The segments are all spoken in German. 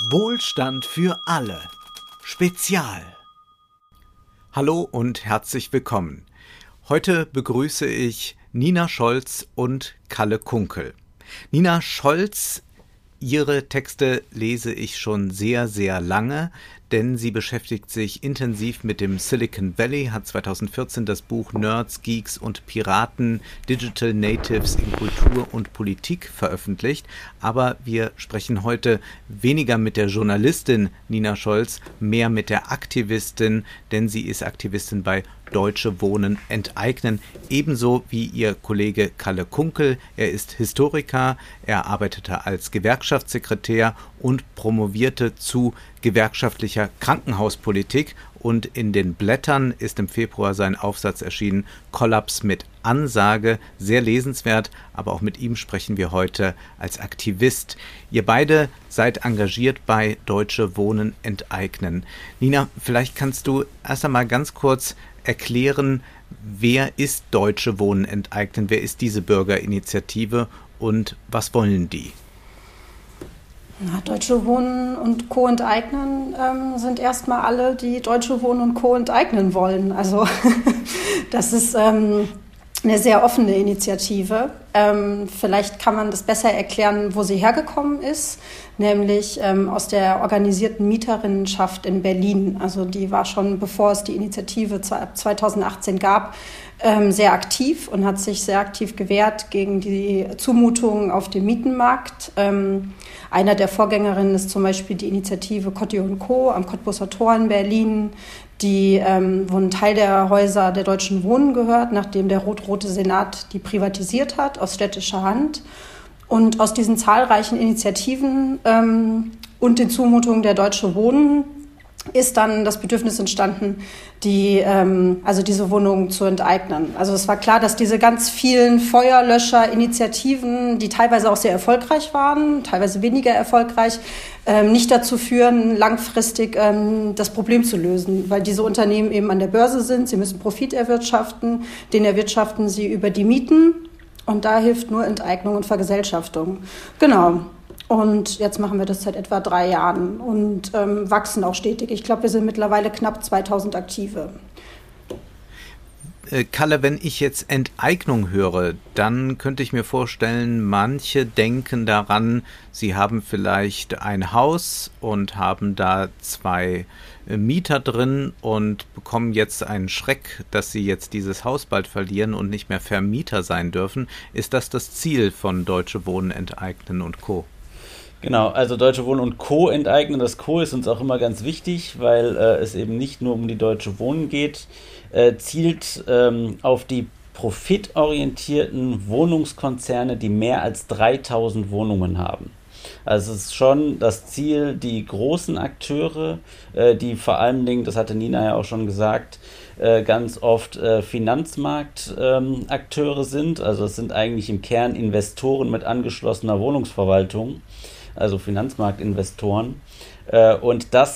Wohlstand für alle. Spezial. Hallo und herzlich willkommen. Heute begrüße ich Nina Scholz und Kalle Kunkel. Nina Scholz, ihre Texte lese ich schon sehr, sehr lange, denn sie beschäftigt sich intensiv mit dem Silicon Valley, hat 2014 das Buch Nerds, Geeks und Piraten, Digital Natives in Kultur und Politik veröffentlicht. Aber wir sprechen heute weniger mit der Journalistin Nina Scholz, mehr mit der Aktivistin, denn sie ist Aktivistin bei Deutsche Wohnen enteignen, ebenso wie ihr Kollege Kalle Kunkel. Er ist Historiker, er arbeitete als Gewerkschaftssekretär und promovierte zu gewerkschaftlicher Krankenhauspolitik, und in den Blättern ist im Februar sein Aufsatz erschienen, Kollaps mit Ansage, sehr lesenswert, aber auch mit ihm sprechen wir heute als Aktivist. Ihr beide seid engagiert bei Deutsche Wohnen enteignen. Nina, vielleicht kannst du erst einmal ganz kurz erklären, wer ist Deutsche Wohnen enteignen, wer ist diese Bürgerinitiative und was wollen die? Deutsche Wohnen und Co. enteignen sind erstmal alle, die Deutsche Wohnen und Co. enteignen wollen. Also das ist eine sehr offene Initiative. Vielleicht kann man das besser erklären, wo sie hergekommen ist, nämlich aus der organisierten Mieterinnenschaft in Berlin. Also die war schon, bevor es die Initiative 2018 gab, sehr aktiv und hat sich sehr aktiv gewehrt gegen die Zumutungen auf dem Mietenmarkt. Einer der Vorgängerinnen ist zum Beispiel die Initiative Kotti und Co. am Cottbuser Tor in Berlin, wo ein Teil der Häuser der Deutschen Wohnen gehört, nachdem der rot-rote Senat die privatisiert hat aus städtischer Hand. Und aus diesen zahlreichen Initiativen und den Zumutungen der Deutsche Wohnen ist dann das Bedürfnis entstanden, diese Wohnungen zu enteignen. Also es war klar, dass diese ganz vielen Feuerlöscher-Initiativen, die teilweise auch sehr erfolgreich waren, teilweise weniger erfolgreich, nicht dazu führen, langfristig das Problem zu lösen, weil diese Unternehmen eben an der Börse sind, sie müssen Profit erwirtschaften, den erwirtschaften sie über die Mieten und da hilft nur Enteignung und Vergesellschaftung. Genau. Und jetzt machen wir das seit etwa 3 Jahren und wachsen auch stetig. Ich glaube, wir sind mittlerweile knapp 2000 Aktive. Kalle, wenn ich jetzt Enteignung höre, dann könnte ich mir vorstellen, manche denken daran, sie haben vielleicht ein Haus und haben da 2 Mieter drin und bekommen jetzt einen Schreck, dass sie jetzt dieses Haus bald verlieren und nicht mehr Vermieter sein dürfen. Ist das Ziel von Deutsche Wohnen enteignen und Co.? Genau, also Deutsche Wohnen und Co. enteignen. Das Co. ist uns auch immer ganz wichtig, weil es eben nicht nur um die Deutsche Wohnen geht, zielt auf die profitorientierten Wohnungskonzerne, die mehr als 3000 Wohnungen haben. Also es ist schon das Ziel, die großen Akteure, die vor allen Dingen, das hatte Nina ja auch schon gesagt, ganz oft Finanzmarktakteure sind. Also es sind eigentlich im Kern Investoren mit angeschlossener Wohnungsverwaltung, also Finanzmarktinvestoren. Und das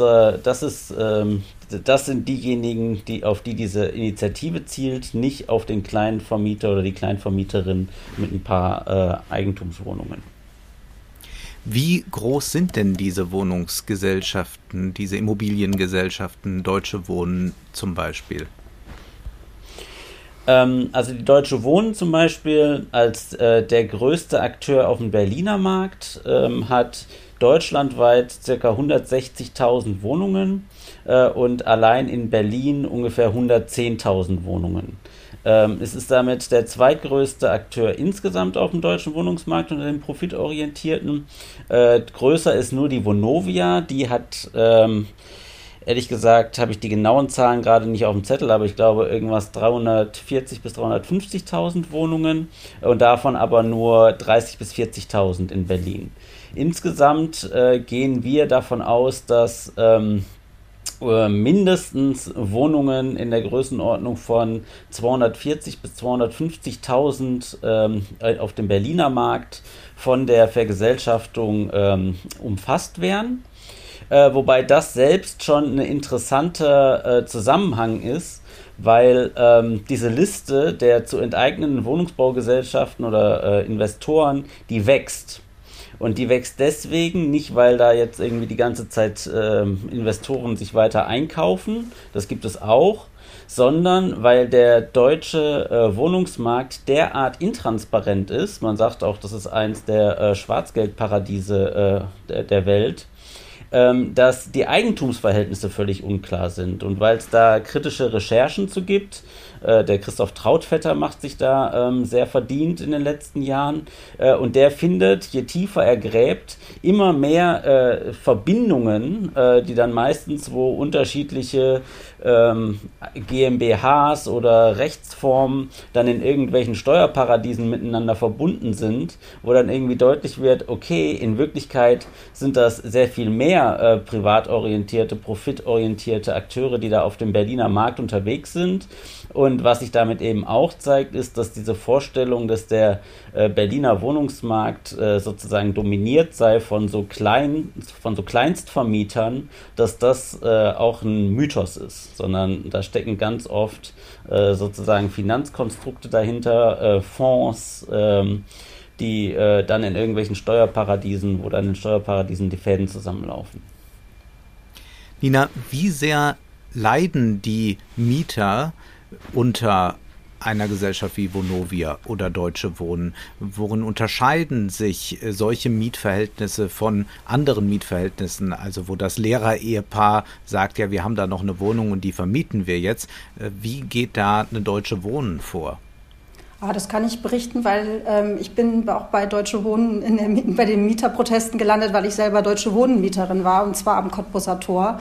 sind diejenigen, auf die diese Initiative zielt, nicht auf den kleinen Vermieter oder die Kleinvermieterin mit ein paar Eigentumswohnungen. Wie groß sind denn diese Wohnungsgesellschaften, diese Immobiliengesellschaften, Deutsche Wohnen zum Beispiel? Also die Deutsche Wohnen zum Beispiel als der größte Akteur auf dem Berliner Markt hat deutschlandweit ca. 160.000 Wohnungen und allein in Berlin ungefähr 110.000 Wohnungen. Es ist damit der zweitgrößte Akteur insgesamt auf dem deutschen Wohnungsmarkt unter den profitorientierten. Größer ist nur die Vonovia, die hat, ehrlich gesagt, habe ich die genauen Zahlen gerade nicht auf dem Zettel, aber ich glaube irgendwas 340.000 bis 350.000 Wohnungen und davon aber nur 30.000 bis 40.000 in Berlin. Insgesamt gehen wir davon aus, dass mindestens Wohnungen in der Größenordnung von 240.000 bis 250.000 auf dem Berliner Markt von der Vergesellschaftung umfasst werden. Wobei das selbst schon ein interessanter Zusammenhang ist, weil diese Liste der zu enteignenden Wohnungsbaugesellschaften oder Investoren, die wächst. Und die wächst deswegen nicht, weil da jetzt irgendwie die ganze Zeit Investoren sich weiter einkaufen, das gibt es auch, sondern weil der deutsche Wohnungsmarkt derart intransparent ist. Man sagt auch, das ist eins der Schwarzgeldparadiese der Welt, dass die Eigentumsverhältnisse völlig unklar sind. Und weil es da kritische Recherchen zu gibt, der Christoph Trautvetter macht sich da sehr verdient in den letzten Jahren, und der findet, je tiefer er gräbt, immer mehr Verbindungen, die dann meistens, wo unterschiedliche GmbHs oder Rechtsformen dann in irgendwelchen Steuerparadiesen miteinander verbunden sind, wo dann irgendwie deutlich wird, okay, in Wirklichkeit sind das sehr viel mehr privatorientierte, profitorientierte Akteure, die da auf dem Berliner Markt unterwegs sind. Und was sich damit eben auch zeigt, ist, dass diese Vorstellung, dass der Berliner Wohnungsmarkt sozusagen dominiert sei von so Kleinstvermietern, dass das auch ein Mythos ist, sondern da stecken ganz oft sozusagen Finanzkonstrukte dahinter, Fonds, die dann in irgendwelchen Steuerparadiesen, wo dann in Steuerparadiesen die Fäden zusammenlaufen. Nina, wie sehr leiden die Mieter unter einer Gesellschaft wie Vonovia oder Deutsche Wohnen? Worin unterscheiden sich solche Mietverhältnisse von anderen Mietverhältnissen? Also wo das Lehrer-Ehepaar sagt, ja, wir haben da noch eine Wohnung und die vermieten wir jetzt. Wie geht da eine Deutsche Wohnen vor? Das kann ich berichten, weil ich bin auch bei Deutsche Wohnen bei den Mieterprotesten gelandet, weil ich selber Deutsche Wohnen-Mieterin war, und zwar am Cottbuser Tor.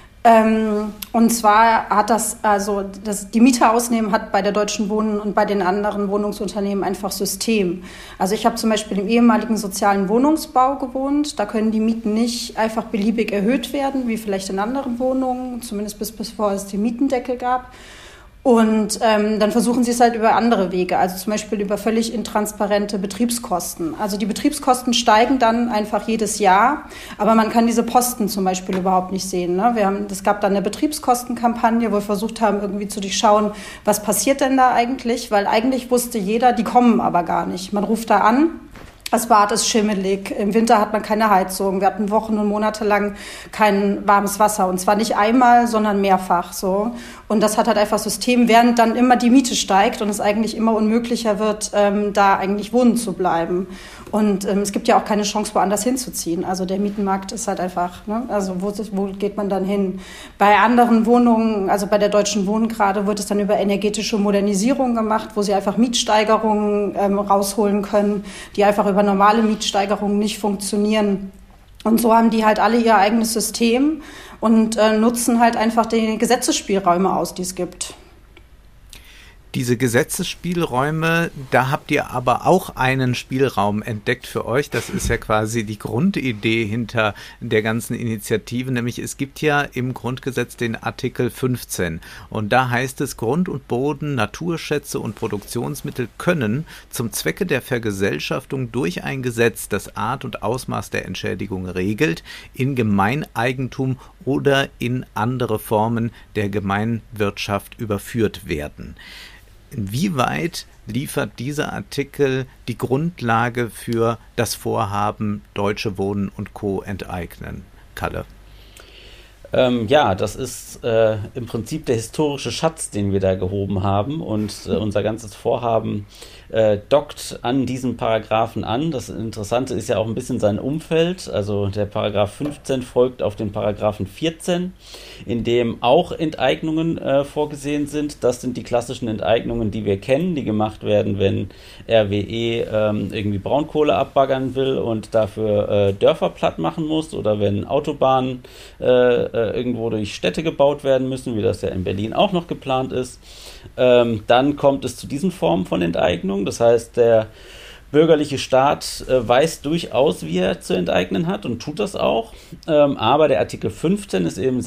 Und zwar hat die Mieter ausnehmen hat bei der Deutschen Wohnen und bei den anderen Wohnungsunternehmen einfach System. Also ich habe zum Beispiel im ehemaligen sozialen Wohnungsbau gewohnt. Da können die Mieten nicht einfach beliebig erhöht werden, wie vielleicht in anderen Wohnungen, zumindest bis bevor es den Mietendeckel gab. Und dann versuchen sie es halt über andere Wege, also zum Beispiel über völlig intransparente Betriebskosten. Also die Betriebskosten steigen dann einfach jedes Jahr, aber man kann diese Posten zum Beispiel überhaupt nicht sehen. Ne? Es gab dann eine Betriebskostenkampagne, wo wir versucht haben, irgendwie zu durchschauen, was passiert denn da eigentlich, weil eigentlich wusste jeder, die kommen aber gar nicht. Man ruft da an. Das Bad ist schimmelig, im Winter hat man keine Heizung, wir hatten Wochen und Monate lang kein warmes Wasser, und zwar nicht einmal, sondern mehrfach so. Und das hat halt einfach System, während dann immer die Miete steigt und es eigentlich immer unmöglicher wird, da eigentlich wohnen zu bleiben. Und es gibt ja auch keine Chance, woanders hinzuziehen. Also der Mietenmarkt ist halt einfach, ne? Also wo geht man dann hin? Bei anderen Wohnungen, also bei der Deutschen Wohnen gerade, wird es dann über energetische Modernisierung gemacht, wo sie einfach Mietsteigerungen rausholen können, die einfach über normale Mietsteigerungen nicht funktionieren. Und so haben die halt alle ihr eigenes System und nutzen halt einfach die Gesetzesspielräume aus, die es gibt. Diese Gesetzesspielräume, da habt ihr aber auch einen Spielraum entdeckt für euch. Das ist ja quasi die Grundidee hinter der ganzen Initiative, nämlich es gibt ja im Grundgesetz den Artikel 15 und da heißt es, Grund und Boden, Naturschätze und Produktionsmittel können zum Zwecke der Vergesellschaftung durch ein Gesetz, das Art und Ausmaß der Entschädigung regelt, in Gemeineigentum oder in andere Formen der Gemeinwirtschaft überführt werden. Inwieweit liefert dieser Artikel die Grundlage für das Vorhaben Deutsche Wohnen und Co. enteignen? Kalle? Ja, das ist im Prinzip der historische Schatz, den wir da gehoben haben, und unser ganzes Vorhaben dockt an diesen Paragraphen an. Das Interessante ist ja auch ein bisschen sein Umfeld. Also der Paragraph 15 folgt auf den Paragraphen 14, in dem auch Enteignungen vorgesehen sind. Das sind die klassischen Enteignungen, die wir kennen, die gemacht werden, wenn RWE irgendwie Braunkohle abbaggern will und dafür Dörfer platt machen muss, oder wenn Autobahnen irgendwo durch Städte gebaut werden müssen, wie das ja in Berlin auch noch geplant ist. Dann kommt es zu diesen Formen von Enteignung. Das heißt, der bürgerliche Staat weiß durchaus, wie er zu enteignen hat und tut das auch. Aber der Artikel 15 ist eben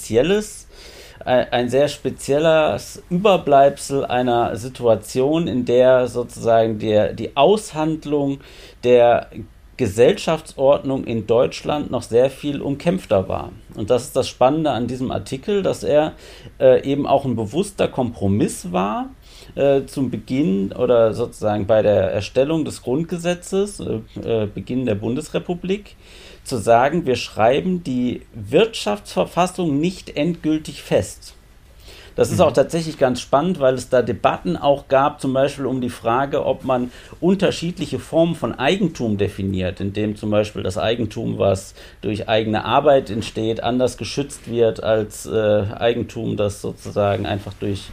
ein sehr spezielles Überbleibsel einer Situation, in der sozusagen die Aushandlung der Gesellschaftsordnung in Deutschland noch sehr viel umkämpfter war. Und das ist das Spannende an diesem Artikel, dass er eben auch ein bewusster Kompromiss war zum Beginn oder sozusagen bei der Erstellung des Grundgesetzes, Beginn der Bundesrepublik, zu sagen, wir schreiben die Wirtschaftsverfassung nicht endgültig fest. Das ist auch tatsächlich ganz spannend, weil es da Debatten auch gab, zum Beispiel um die Frage, ob man unterschiedliche Formen von Eigentum definiert, indem zum Beispiel das Eigentum, was durch eigene Arbeit entsteht, anders geschützt wird als Eigentum, das sozusagen einfach durch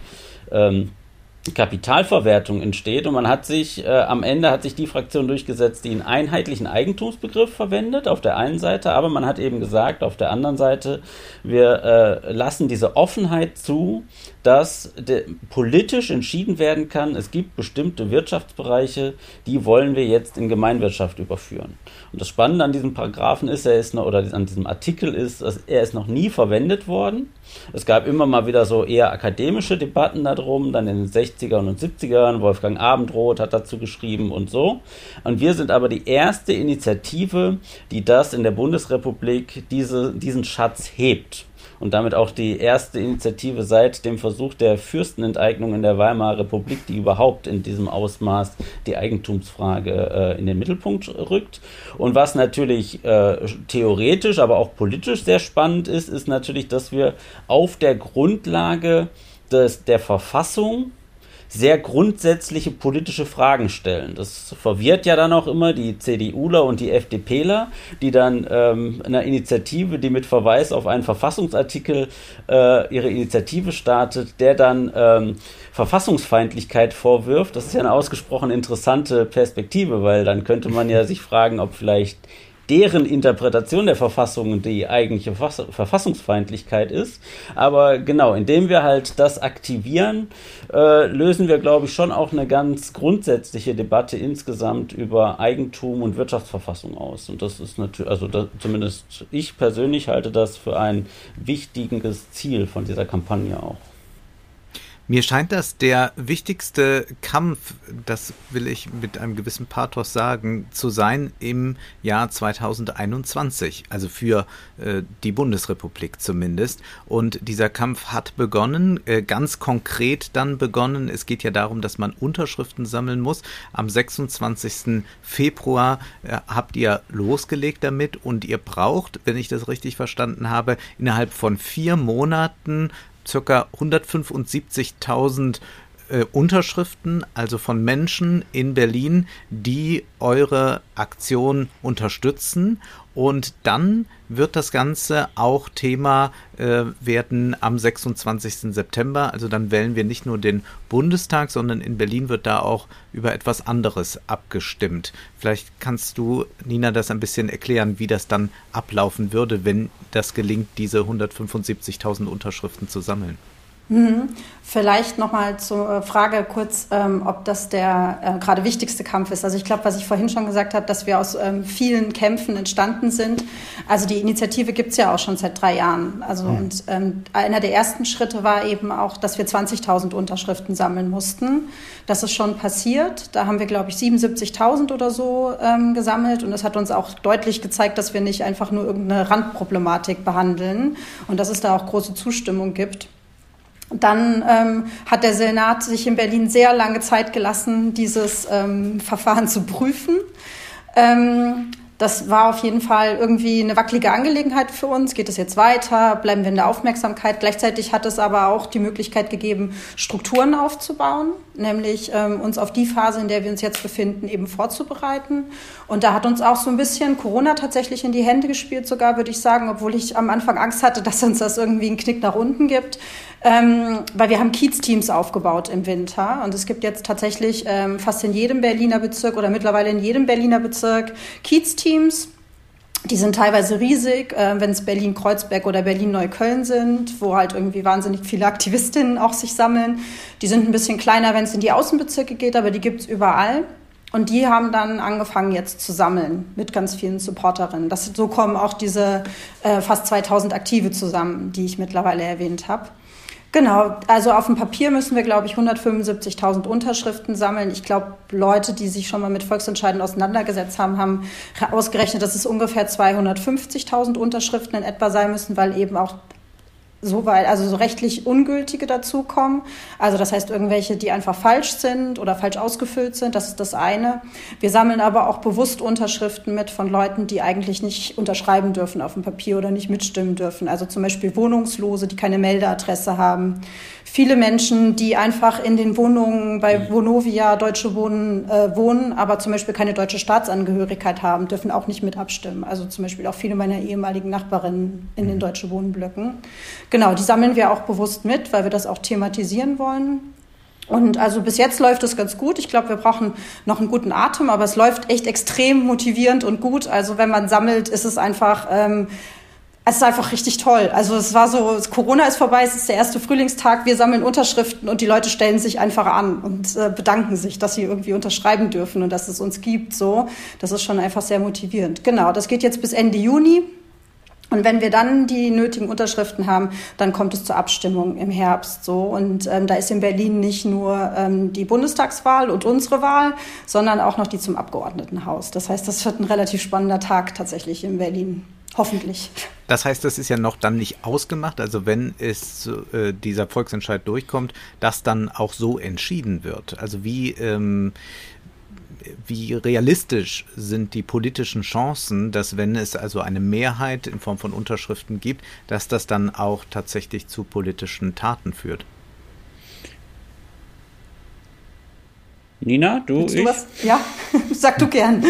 Kapitalverwertung entsteht. Und man hat sich, am Ende hat sich die Fraktion durchgesetzt, die einen einheitlichen Eigentumsbegriff verwendet, auf der einen Seite, aber man hat eben gesagt, auf der anderen Seite, wir lassen diese Offenheit zu, dass politisch entschieden werden kann, es gibt bestimmte Wirtschaftsbereiche, die wollen wir jetzt in Gemeinwirtschaft überführen. Und das Spannende an diesem Paragraphen ist, an diesem Artikel ist, dass er ist noch nie verwendet worden. Es gab immer mal wieder so eher akademische Debatten darum, dann in den 60er und 70ern, Wolfgang Abendroth hat dazu geschrieben und so. Und wir sind aber die erste Initiative, die das in der Bundesrepublik diesen Schatz hebt. Und damit auch die erste Initiative seit dem Versuch der Fürstenenteignung in der Weimarer Republik, die überhaupt in diesem Ausmaß die Eigentumsfrage in den Mittelpunkt rückt. Und was natürlich theoretisch, aber auch politisch sehr spannend ist natürlich, dass wir auf der Grundlage der Verfassung sehr grundsätzliche politische Fragen stellen. Das verwirrt ja dann auch immer die CDUler und die FDPler, die dann einer Initiative, die mit Verweis auf einen Verfassungsartikel ihre Initiative startet, der dann Verfassungsfeindlichkeit vorwirft. Das ist ja eine ausgesprochen interessante Perspektive, weil dann könnte man ja sich fragen, ob vielleicht deren Interpretation der Verfassung die eigentliche Verfassungsfeindlichkeit ist. Aber genau, indem wir halt das aktivieren, lösen wir, glaube ich, schon auch eine ganz grundsätzliche Debatte insgesamt über Eigentum und Wirtschaftsverfassung aus. Und das ist natürlich, zumindest ich persönlich halte das für ein wichtiges Ziel von dieser Kampagne auch. Mir scheint das der wichtigste Kampf, das will ich mit einem gewissen Pathos sagen, zu sein im Jahr 2021, also für die Bundesrepublik zumindest. Und dieser Kampf hat begonnen, ganz konkret dann begonnen. Es geht ja darum, dass man Unterschriften sammeln muss. Am 26. Februar habt ihr losgelegt damit und ihr braucht, wenn ich das richtig verstanden habe, innerhalb von 4 Monaten ca. 175.000 Unterschriften, also von Menschen in Berlin, die eure Aktion unterstützen. Und dann wird das Ganze auch Thema werden am 26. September. Also dann wählen wir nicht nur den Bundestag, sondern in Berlin wird da auch über etwas anderes abgestimmt. Vielleicht kannst du, Nina, das ein bisschen erklären, wie das dann ablaufen würde, wenn das gelingt, diese 175.000 Unterschriften zu sammeln. Vielleicht nochmal zur Frage kurz, ob das der gerade wichtigste Kampf ist. Also ich glaube, was ich vorhin schon gesagt habe, dass wir aus vielen Kämpfen entstanden sind. Also die Initiative gibt es ja auch schon seit 3 Jahren. Und einer der ersten Schritte war eben auch, dass wir 20.000 Unterschriften sammeln mussten. Das ist schon passiert. Da haben wir, glaube ich, 77.000 oder so gesammelt. Und das hat uns auch deutlich gezeigt, dass wir nicht einfach nur irgendeine Randproblematik behandeln und dass es da auch große Zustimmung gibt. Dann hat der Senat sich in Berlin sehr lange Zeit gelassen, dieses Verfahren zu prüfen. Das war auf jeden Fall irgendwie eine wackelige Angelegenheit für uns. Geht es jetzt weiter? Bleiben wir in der Aufmerksamkeit? Gleichzeitig hat es aber auch die Möglichkeit gegeben, Strukturen aufzubauen, nämlich uns auf die Phase, in der wir uns jetzt befinden, eben vorzubereiten. Und da hat uns auch so ein bisschen Corona tatsächlich in die Hände gespielt, sogar würde ich sagen, obwohl ich am Anfang Angst hatte, dass uns das irgendwie einen Knick nach unten gibt. Weil wir haben Kiez-Teams aufgebaut im Winter und es gibt jetzt tatsächlich fast in jedem Berliner Bezirk oder mittlerweile in jedem Berliner Bezirk Kiez-Teams. Die sind teilweise riesig, wenn es Berlin-Kreuzberg oder Berlin-Neukölln sind, wo halt irgendwie wahnsinnig viele Aktivistinnen auch sich sammeln. Die sind ein bisschen kleiner, wenn es in die Außenbezirke geht, aber die gibt es überall. Und die haben dann angefangen jetzt zu sammeln mit ganz vielen Supporterinnen. So kommen auch diese fast 2000 Aktive zusammen, die ich mittlerweile erwähnt habe. Genau, also auf dem Papier müssen wir, glaube ich, 175.000 Unterschriften sammeln. Ich glaube, Leute, die sich schon mal mit Volksentscheiden auseinandergesetzt haben, haben ausgerechnet, dass es ungefähr 250.000 Unterschriften in etwa sein müssen, weil eben auch soweit, also so rechtlich ungültige dazukommen. Also das heißt irgendwelche, die einfach falsch sind oder falsch ausgefüllt sind, das ist das eine. Wir sammeln aber auch bewusst Unterschriften mit von Leuten, die eigentlich nicht unterschreiben dürfen auf dem Papier oder nicht mitstimmen dürfen. Also zum Beispiel Wohnungslose, die keine Meldeadresse haben. Viele Menschen, die einfach in den Wohnungen bei Vonovia, Deutsche Wohnen, wohnen, aber zum Beispiel keine deutsche Staatsangehörigkeit haben, dürfen auch nicht mit abstimmen. Also zum Beispiel auch viele meiner ehemaligen Nachbarinnen in den Deutsche Wohnblöcken. Genau, die sammeln wir auch bewusst mit, weil wir das auch thematisieren wollen. Und also bis jetzt läuft es ganz gut. Ich glaube, wir brauchen noch einen guten Atem, aber es läuft echt extrem motivierend und gut. Also wenn man sammelt, ist es einfach... Es ist einfach richtig toll. Also es war so, Corona ist vorbei, es ist der erste Frühlingstag, wir sammeln Unterschriften und die Leute stellen sich einfach an und bedanken sich, dass sie irgendwie unterschreiben dürfen und dass es uns gibt. So, das ist schon einfach sehr motivierend. Genau, das geht jetzt bis Ende Juni. Und wenn wir dann die nötigen Unterschriften haben, dann kommt es zur Abstimmung im Herbst. So. Und da ist in Berlin nicht nur die Bundestagswahl und unsere Wahl, sondern auch noch die zum Abgeordnetenhaus. Das heißt, das wird ein relativ spannender Tag tatsächlich in Berlin. Hoffentlich. Das heißt, das ist ja noch dann nicht ausgemacht, also wenn es dieser Volksentscheid durchkommt, dass dann auch so entschieden wird. Also wie realistisch sind die politischen Chancen, dass wenn es also eine Mehrheit in Form von Unterschriften gibt, dass das dann auch tatsächlich zu politischen Taten führt? Nina, du was? Ja, sag du gern.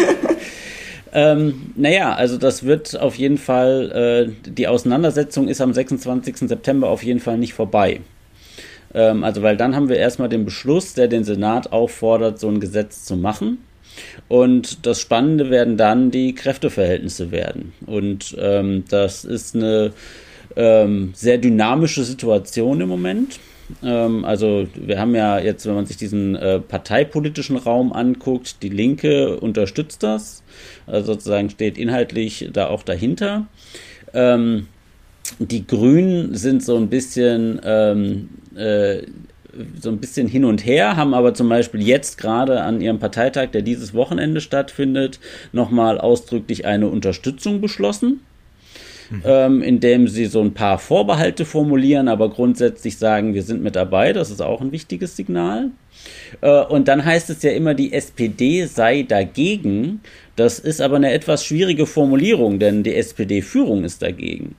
Naja, also das wird auf jeden Fall, die Auseinandersetzung ist am 26. September auf jeden Fall nicht vorbei. Also weil dann haben wir erstmal den Beschluss, der den Senat auffordert, so ein Gesetz zu machen. Und das Spannende werden dann die Kräfteverhältnisse werden. Und das ist eine sehr dynamische Situation im Moment. Also wir haben ja jetzt, wenn man sich diesen parteipolitischen Raum anguckt, die Linke unterstützt das, also sozusagen steht inhaltlich da auch dahinter. Die Grünen sind so ein bisschen hin und her, haben aber zum Beispiel jetzt gerade an ihrem Parteitag, der dieses Wochenende stattfindet, nochmal ausdrücklich eine Unterstützung beschlossen. Indem sie so ein paar Vorbehalte formulieren, aber grundsätzlich sagen, wir sind mit dabei. Das ist auch ein wichtiges Signal. Und dann heißt es ja immer, die SPD sei dagegen. Das ist aber eine etwas schwierige Formulierung, denn die SPD-Führung ist dagegen.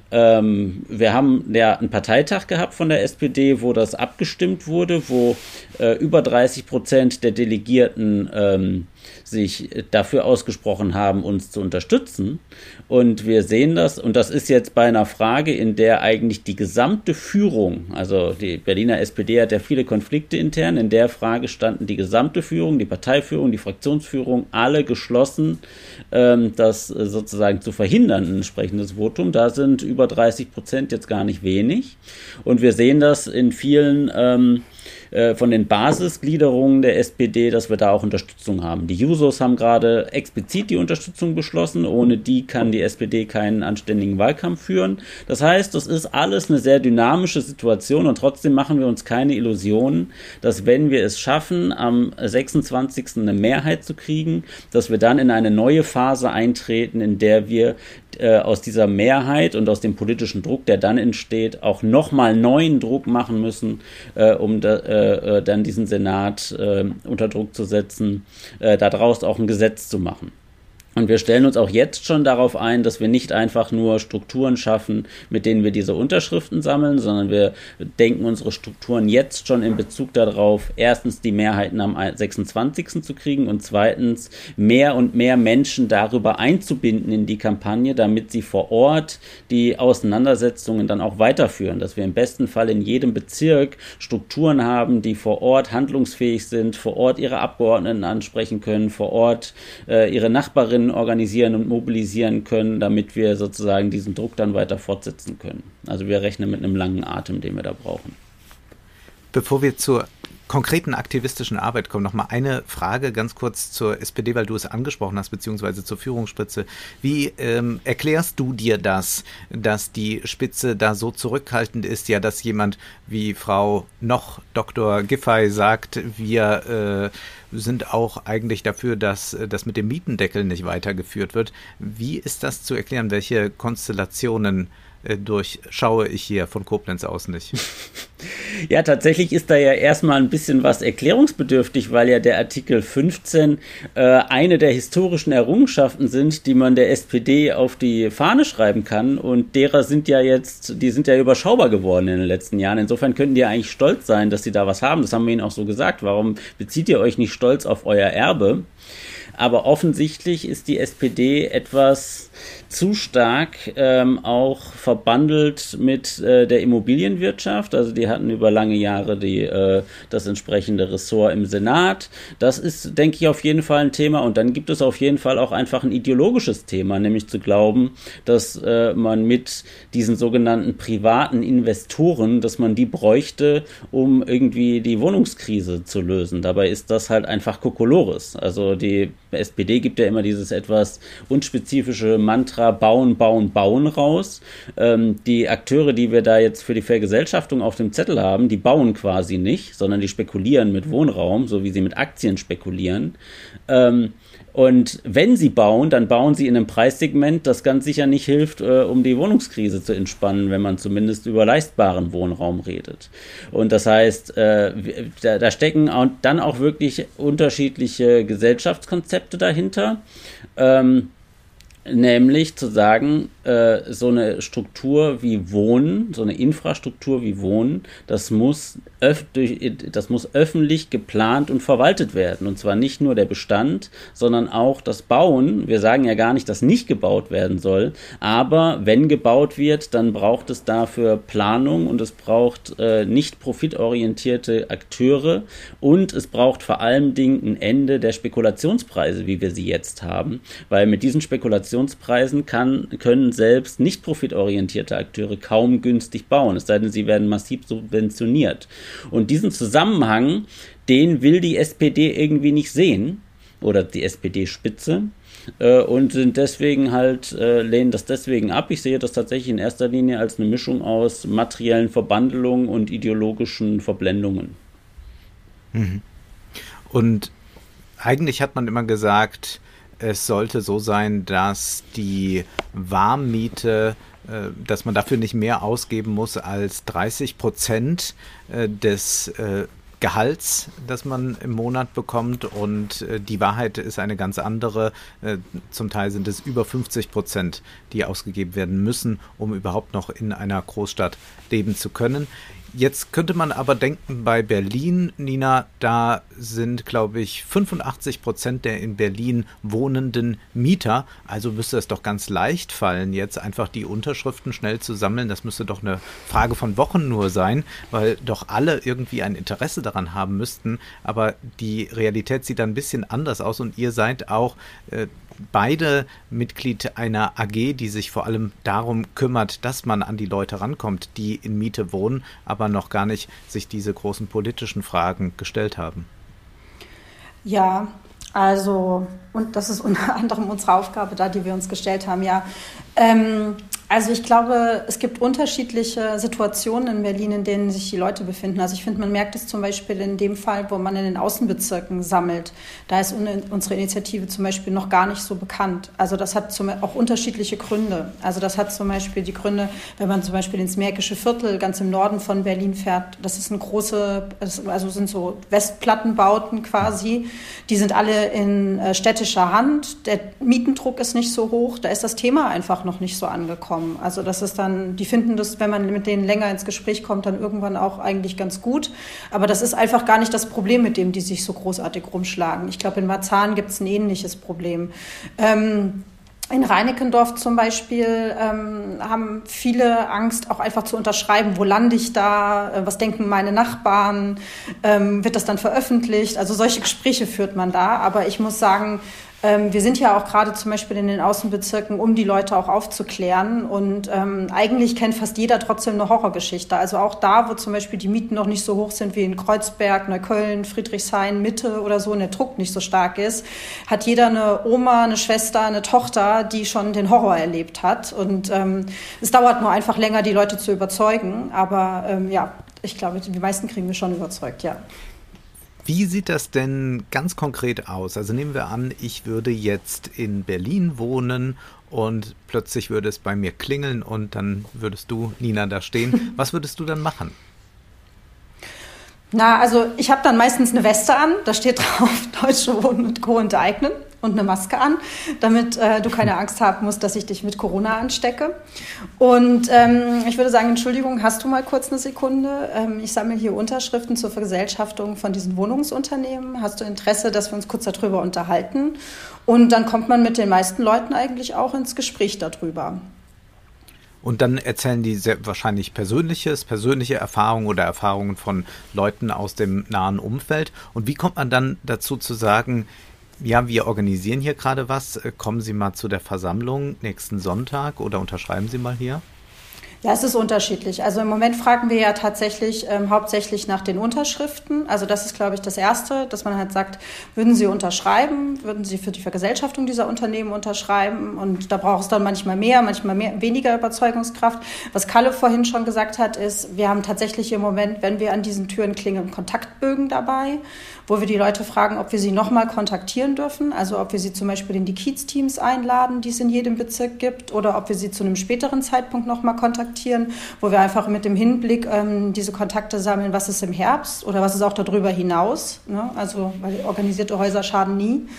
Wir haben ja einen Parteitag gehabt von der SPD, wo das abgestimmt wurde, wo über 30% der Delegierten sich dafür ausgesprochen haben, uns zu unterstützen. Und wir sehen das, und das ist jetzt bei einer Frage, in der eigentlich die gesamte Führung, also die Berliner SPD hat ja viele Konflikte intern, in der Frage standen die gesamte Führung, die Parteiführung, die Fraktionsführung, alle geschlossen, das sozusagen zu verhindern, ein entsprechendes Votum. Da sind über 30% jetzt gar nicht wenig. Und wir sehen das in vielen von den Basisgliederungen der SPD, dass wir da auch Unterstützung haben. Die Jusos haben gerade explizit die Unterstützung beschlossen. Ohne die kann die SPD keinen anständigen Wahlkampf führen. Das heißt, das ist alles eine sehr dynamische Situation und trotzdem machen wir uns keine Illusionen, dass wenn wir es schaffen, am 26. eine Mehrheit zu kriegen, dass wir dann in eine neue Phase eintreten, in der wir aus dieser Mehrheit und aus dem politischen Druck, der dann entsteht, auch nochmal neuen Druck machen müssen, um dann diesen Senat unter Druck zu setzen, daraus auch ein Gesetz zu machen. Und wir stellen uns auch jetzt schon darauf ein, dass wir nicht einfach nur Strukturen schaffen, mit denen wir diese Unterschriften sammeln, sondern wir denken unsere Strukturen jetzt schon in Bezug darauf, erstens die Mehrheiten am 26. zu kriegen und zweitens mehr und mehr Menschen darüber einzubinden in die Kampagne, damit sie vor Ort die Auseinandersetzungen dann auch weiterführen, dass wir im besten Fall in jedem Bezirk Strukturen haben, die vor Ort handlungsfähig sind, vor Ort ihre Abgeordneten ansprechen können, vor Ort ihre Nachbarinnen organisieren und mobilisieren können, damit wir sozusagen diesen Druck dann weiter fortsetzen können. Also wir rechnen mit einem langen Atem, den wir da brauchen. Bevor wir zur konkreten aktivistischen Arbeit kommen, noch mal eine Frage ganz kurz zur SPD, weil du es angesprochen hast, beziehungsweise zur Führungsspitze. Wie erklärst du dir das, dass die Spitze da so zurückhaltend ist, ja, dass jemand wie Frau noch Dr. Giffey sagt, wir sind auch eigentlich dafür, dass das mit dem Mietendeckel nicht weitergeführt wird. Wie ist das zu erklären? Welche Konstellationen durchschaue ich hier von Koblenz aus nicht. Ja, tatsächlich ist da ja erstmal ein bisschen was erklärungsbedürftig, weil ja der Artikel 15 eine der historischen Errungenschaften sind, die man der SPD auf die Fahne schreiben kann, und derer sind ja überschaubar geworden in den letzten Jahren. Insofern könnten die ja eigentlich stolz sein, dass sie da was haben. Das haben wir ihnen auch so gesagt. Warum bezieht ihr euch nicht stolz auf euer Erbe? Aber offensichtlich ist die SPD etwas zu stark auch verbandelt mit der Immobilienwirtschaft. Also die hatten über lange Jahre das entsprechende Ressort im Senat. Das ist, denke ich, auf jeden Fall ein Thema. Und dann gibt es auf jeden Fall auch einfach ein ideologisches Thema, nämlich zu glauben, dass man mit diesen sogenannten privaten Investoren, dass man die bräuchte, um irgendwie die Wohnungskrise zu lösen. Dabei ist das halt einfach Kokolores. Also die SPD gibt ja immer dieses etwas unspezifische Mantra bauen, bauen, bauen raus. Die Akteure, die wir da jetzt für die Vergesellschaftung auf dem Zettel haben, die bauen quasi nicht, sondern die spekulieren mit Wohnraum, so wie sie mit Aktien spekulieren. Und wenn sie bauen, dann bauen sie in einem Preissegment, das ganz sicher nicht hilft, um die Wohnungskrise zu entspannen, wenn man zumindest über leistbaren Wohnraum redet. Und das heißt, da stecken dann auch wirklich unterschiedliche Gesellschaftskonzepte dahinter. Nämlich zu sagen, so eine Struktur wie Wohnen, so eine Infrastruktur wie Wohnen, das muss öffentlich geplant und verwaltet werden. Und zwar nicht nur der Bestand, sondern auch das Bauen. Wir sagen ja gar nicht, dass nicht gebaut werden soll, aber wenn gebaut wird, dann braucht es dafür Planung und es braucht nicht profitorientierte Akteure und es braucht vor allem ein Ende der Spekulationspreise, wie wir sie jetzt haben, weil mit diesen Spekulationspreisen können selbst nicht profitorientierte Akteure kaum günstig bauen, es sei denn, sie werden massiv subventioniert. Und diesen Zusammenhang, den will die SPD irgendwie nicht sehen, oder die SPD-Spitze, und sind deswegen lehnen das deswegen ab. Ich sehe das tatsächlich in erster Linie als eine Mischung aus materiellen Verbandelungen und ideologischen Verblendungen. Und eigentlich hat man immer gesagt, es sollte so sein, dass die Warmmiete, dass man dafür nicht mehr ausgeben muss als 30% des Gehalts, das man im Monat bekommt, und die Wahrheit ist eine ganz andere. Zum Teil sind es über 50%, die ausgegeben werden müssen, um überhaupt noch in einer Großstadt leben zu können. Jetzt könnte man aber denken, bei Berlin, Nina, da sind, glaube ich, 85% der in Berlin wohnenden Mieter. Also müsste es doch ganz leicht fallen, jetzt einfach die Unterschriften schnell zu sammeln. Das müsste doch eine Frage von Wochen nur sein, weil doch alle irgendwie ein Interesse daran haben müssten. Aber die Realität sieht dann ein bisschen anders aus und ihr seid auch beide Mitglied einer AG, die sich vor allem darum kümmert, dass man an die Leute rankommt, die in Miete wohnen, aber noch gar nicht sich diese großen politischen Fragen gestellt haben. Ja, also, und das ist unter anderem unsere Aufgabe da, die wir uns gestellt haben, ja. Also ich glaube, es gibt unterschiedliche Situationen in Berlin, in denen sich die Leute befinden. Also ich finde, man merkt es zum Beispiel in dem Fall, wo man in den Außenbezirken sammelt. Da ist unsere Initiative zum Beispiel noch gar nicht so bekannt. Also das hat auch unterschiedliche Gründe. Also das hat zum Beispiel die Gründe, wenn man zum Beispiel ins Märkische Viertel ganz im Norden von Berlin fährt. Das ist also sind so Westplattenbauten quasi. Die sind alle in städtischer Hand. Der Mietendruck ist nicht so hoch. Da ist das Thema einfach noch nicht so angekommen. Also das ist dann, die finden das, wenn man mit denen länger ins Gespräch kommt, dann irgendwann auch eigentlich ganz gut. Aber das ist einfach gar nicht das Problem, mit dem die sich so großartig rumschlagen. Ich glaube, in Marzahn gibt es ein ähnliches Problem. In Reinickendorf zum Beispiel haben viele Angst, auch einfach zu unterschreiben, wo lande ich da, was denken meine Nachbarn, wird das dann veröffentlicht? Also solche Gespräche führt man da. Aber ich muss sagen, wir sind ja auch gerade zum Beispiel in den Außenbezirken, um die Leute auch aufzuklären. Und eigentlich kennt fast jeder trotzdem eine Horrorgeschichte. Also auch da, wo zum Beispiel die Mieten noch nicht so hoch sind wie in Kreuzberg, Neukölln, Friedrichshain, Mitte oder so und der Druck nicht so stark ist, hat jeder eine Oma, eine Schwester, eine Tochter, die schon den Horror erlebt hat. Und es dauert nur einfach länger, die Leute zu überzeugen. Aber ja, ich glaube, die meisten kriegen wir schon überzeugt, ja. Wie sieht das denn ganz konkret aus? Also nehmen wir an, ich würde jetzt in Berlin wohnen und plötzlich würde es bei mir klingeln und dann würdest du, Nina, da stehen. Was würdest du dann machen? Na, also ich habe dann meistens eine Weste an, da steht drauf Deutsche Wohnen und Co. enteignen und eine Maske an, damit du keine Angst haben musst, dass ich dich mit Corona anstecke. Und ich würde sagen, Entschuldigung, hast du mal kurz eine Sekunde? Ich sammle hier Unterschriften zur Vergesellschaftung von diesen Wohnungsunternehmen. Hast du Interesse, dass wir uns kurz darüber unterhalten? Und dann kommt man mit den meisten Leuten eigentlich auch ins Gespräch darüber. Und dann erzählen die sehr wahrscheinlich persönliche Erfahrungen oder Erfahrungen von Leuten aus dem nahen Umfeld. Und wie kommt man dann dazu zu sagen, ja, wir organisieren hier gerade was, kommen Sie mal zu der Versammlung nächsten Sonntag oder unterschreiben Sie mal hier? Ja, es ist unterschiedlich. Also im Moment fragen wir ja tatsächlich hauptsächlich nach den Unterschriften. Also das ist, glaube ich, das Erste, dass man halt sagt, würden Sie unterschreiben, würden Sie für die Vergesellschaftung dieser Unternehmen unterschreiben? Und da braucht es dann manchmal weniger Überzeugungskraft. Was Kalle vorhin schon gesagt hat, ist, wir haben tatsächlich im Moment, wenn wir an diesen Türen klingeln, Kontaktbögen dabei, wo wir die Leute fragen, ob wir sie nochmal kontaktieren dürfen. Also ob wir sie zum Beispiel in die Kiez-Teams einladen, die es in jedem Bezirk gibt, oder ob wir sie zu einem späteren Zeitpunkt nochmal kontaktieren, wo wir einfach mit dem Hinblick diese Kontakte sammeln, was ist im Herbst oder was ist auch darüber hinaus. Ne? Also, weil organisierte Häuser schaden nie.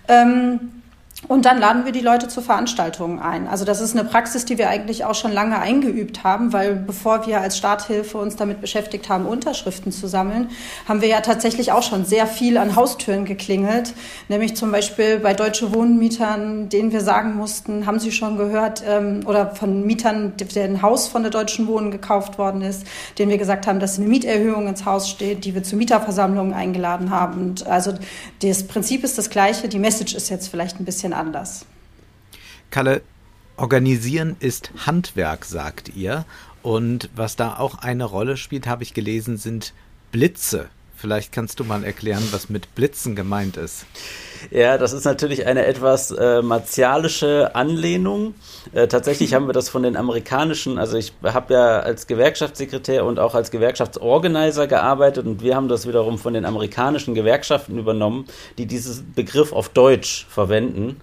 Und dann laden wir die Leute zu Veranstaltungen ein. Also das ist eine Praxis, die wir eigentlich auch schon lange eingeübt haben, weil bevor wir als Starthilfe uns damit beschäftigt haben, Unterschriften zu sammeln, haben wir ja tatsächlich auch schon sehr viel an Haustüren geklingelt. Nämlich zum Beispiel bei Deutsche Wohnmietern, denen wir sagen mussten, haben Sie schon gehört, oder von Mietern, deren Haus von der Deutschen Wohnen gekauft worden ist, denen wir gesagt haben, dass eine Mieterhöhung ins Haus steht, die wir zu Mieterversammlungen eingeladen haben. Und also das Prinzip ist das gleiche, die Message ist jetzt vielleicht ein bisschen anders. Kalle, organisieren ist Handwerk, sagt ihr. Und was da auch eine Rolle spielt, habe ich gelesen, sind Blitze. Vielleicht kannst du mal erklären, was mit Blitzen gemeint ist. Ja, das ist natürlich eine etwas martialische Anlehnung. Tatsächlich haben wir das von den amerikanischen, also ich habe ja als Gewerkschaftssekretär und auch als Gewerkschaftsorganizer gearbeitet und wir haben das wiederum von den amerikanischen Gewerkschaften übernommen, die diesen Begriff auf Deutsch verwenden.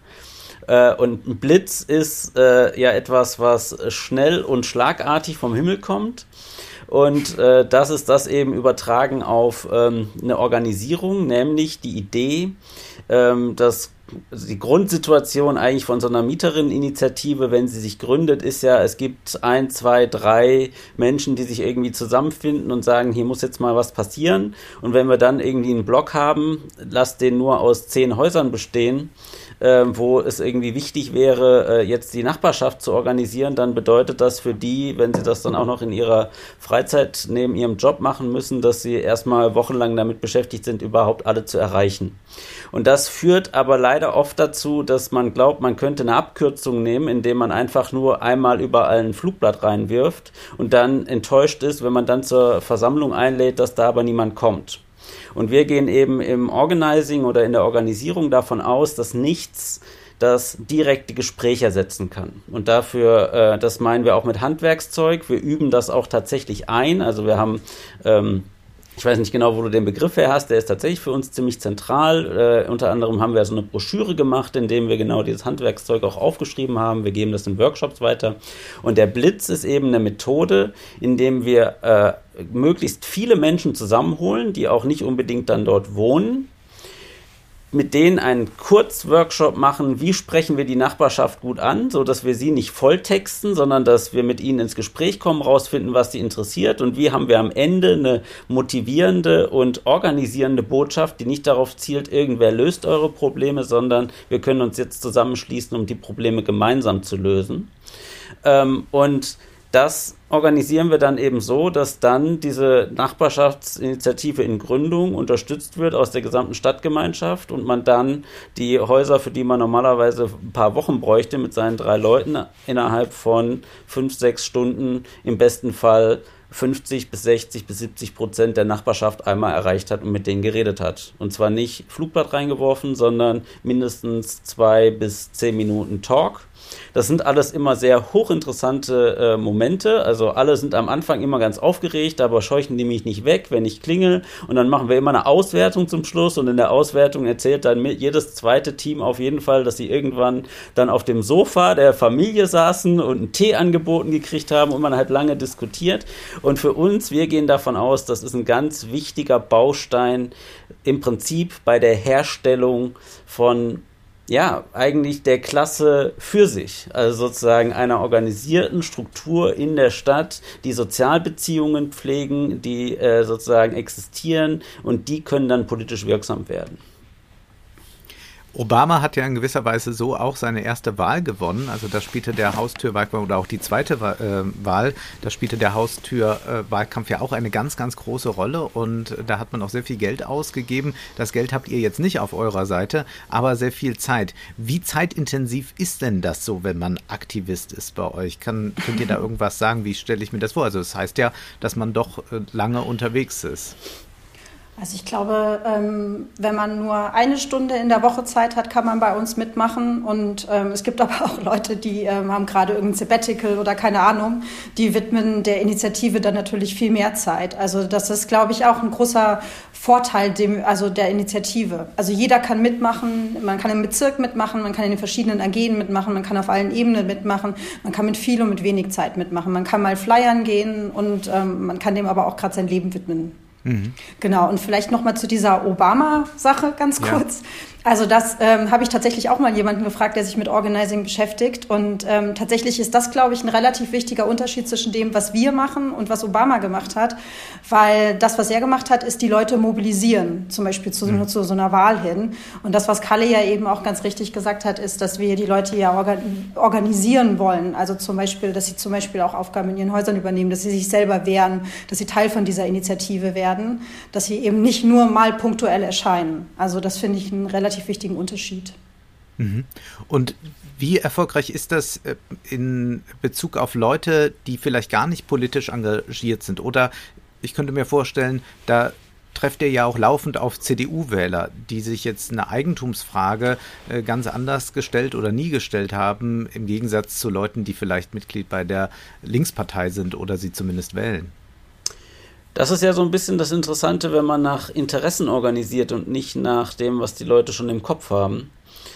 Und ein Blitz ist ja etwas, was schnell und schlagartig vom Himmel kommt. Und das ist das eben übertragen auf eine Organisierung, nämlich die Idee, dass die Grundsituation eigentlich von so einer Mieterinneninitiative, wenn sie sich gründet, ist ja, es gibt 1, 2, 3 Menschen, die sich irgendwie zusammenfinden und sagen, hier muss jetzt mal was passieren. Und wenn wir dann irgendwie einen Block haben, lasst den nur aus 10 Häusern bestehen, wo es irgendwie wichtig wäre, jetzt die Nachbarschaft zu organisieren, dann bedeutet das für die, wenn sie das dann auch noch in ihrer Freizeit neben ihrem Job machen müssen, dass sie erstmal wochenlang damit beschäftigt sind, überhaupt alle zu erreichen. Und das führt aber leider oft dazu, dass man glaubt, man könnte eine Abkürzung nehmen, indem man einfach nur einmal überall ein Flugblatt reinwirft und dann enttäuscht ist, wenn man dann zur Versammlung einlädt, dass da aber niemand kommt. Und wir gehen eben im Organizing oder in der Organisierung davon aus, dass nichts das direkte Gespräch ersetzen kann. Und dafür, das meinen wir auch mit Handwerkszeug. Wir üben das auch tatsächlich ein. Also wir haben, ich weiß nicht genau, wo du den Begriff her hast, der ist tatsächlich für uns ziemlich zentral. Unter anderem haben wir so eine Broschüre gemacht, in dem wir genau dieses Handwerkszeug auch aufgeschrieben haben. Wir geben das in Workshops weiter. Und der Blitz ist eben eine Methode, in dem wir möglichst viele Menschen zusammenholen, die auch nicht unbedingt dann dort wohnen, mit denen einen Kurzworkshop machen, wie sprechen wir die Nachbarschaft gut an, so dass wir sie nicht volltexten, sondern dass wir mit ihnen ins Gespräch kommen, rausfinden, was sie interessiert und wie haben wir am Ende eine motivierende und organisierende Botschaft, die nicht darauf zielt, irgendwer löst eure Probleme, sondern wir können uns jetzt zusammenschließen, um die Probleme gemeinsam zu lösen. Und das organisieren wir dann eben so, dass dann diese Nachbarschaftsinitiative in Gründung unterstützt wird aus der gesamten Stadtgemeinschaft und man dann die Häuser, für die man normalerweise ein paar Wochen bräuchte, mit seinen 3 Leuten innerhalb von 5, 6 Stunden im besten Fall 50 bis 60 bis 70% der Nachbarschaft einmal erreicht hat und mit denen geredet hat. Und zwar nicht Flugblatt reingeworfen, sondern mindestens 2 bis 10 Minuten Talk. Das sind alles immer sehr hochinteressante Momente. Also alle sind am Anfang immer ganz aufgeregt, aber scheuchen die mich nicht weg, wenn ich klingel. Und dann machen wir immer eine Auswertung zum Schluss. Und in der Auswertung erzählt dann jedes zweite Team auf jeden Fall, dass sie irgendwann dann auf dem Sofa der Familie saßen und einen Tee angeboten gekriegt haben und man hat lange diskutiert. Und für uns, wir gehen davon aus, das ist ein ganz wichtiger Baustein im Prinzip bei der Herstellung von eigentlich der Klasse für sich, also sozusagen einer organisierten Struktur in der Stadt, die Sozialbeziehungen pflegen, die sozusagen existieren und die können dann politisch wirksam werden. Obama hat ja in gewisser Weise so auch seine erste Wahl gewonnen. Also da spielte der Haustürwahlkampf oder auch die zweite Wahl, da spielte der Haustürwahlkampf ja auch eine ganz, ganz große Rolle. Und da hat man auch sehr viel Geld ausgegeben. Das Geld habt ihr jetzt nicht auf eurer Seite, aber sehr viel Zeit. Wie zeitintensiv ist denn das so, wenn man Aktivist ist bei euch? Könnt ihr da irgendwas sagen? Wie stelle ich mir das vor? Also das heißt ja, dass man doch lange unterwegs ist. Also ich glaube, wenn man nur eine Stunde in der Woche Zeit hat, kann man bei uns mitmachen. Und es gibt aber auch Leute, die haben gerade irgendein Sabbatical oder keine Ahnung, die widmen der Initiative dann natürlich viel mehr Zeit. Also das ist, glaube ich, auch ein großer Vorteil der Initiative. Also jeder kann mitmachen, man kann im Bezirk mitmachen, man kann in den verschiedenen AGen mitmachen, man kann auf allen Ebenen mitmachen, man kann mit viel und mit wenig Zeit mitmachen. Man kann mal flyern gehen und man kann dem aber auch gerade sein Leben widmen. Mhm. Genau, und vielleicht nochmal zu dieser Obama-Sache ganz kurz. Ja. Also das habe ich tatsächlich auch mal jemanden gefragt, der sich mit Organizing beschäftigt. Und tatsächlich ist das, glaube ich, ein relativ wichtiger Unterschied zwischen dem, was wir machen und was Obama gemacht hat. Weil das, was er gemacht hat, ist die Leute mobilisieren, zum Beispiel zu so einer Wahl hin. Und das, was Kalle ja eben auch ganz richtig gesagt hat, ist, dass wir die Leute ja organisieren wollen. Also zum Beispiel, dass sie zum Beispiel auch Aufgaben in ihren Häusern übernehmen, dass sie sich selber wehren, dass sie Teil von dieser Initiative werden, dass sie eben nicht nur mal punktuell erscheinen. Also das finde ich einen relativ wichtigen Unterschied. Und wie erfolgreich ist das in Bezug auf Leute, die vielleicht gar nicht politisch engagiert sind? Oder ich könnte mir vorstellen, da trefft ihr ja auch laufend auf CDU-Wähler, die sich jetzt eine Eigentumsfrage ganz anders gestellt oder nie gestellt haben, im Gegensatz zu Leuten, die vielleicht Mitglied bei der Linkspartei sind oder sie zumindest wählen. Das ist ja so ein bisschen das Interessante, wenn man nach Interessen organisiert und nicht nach dem, was die Leute schon im Kopf haben.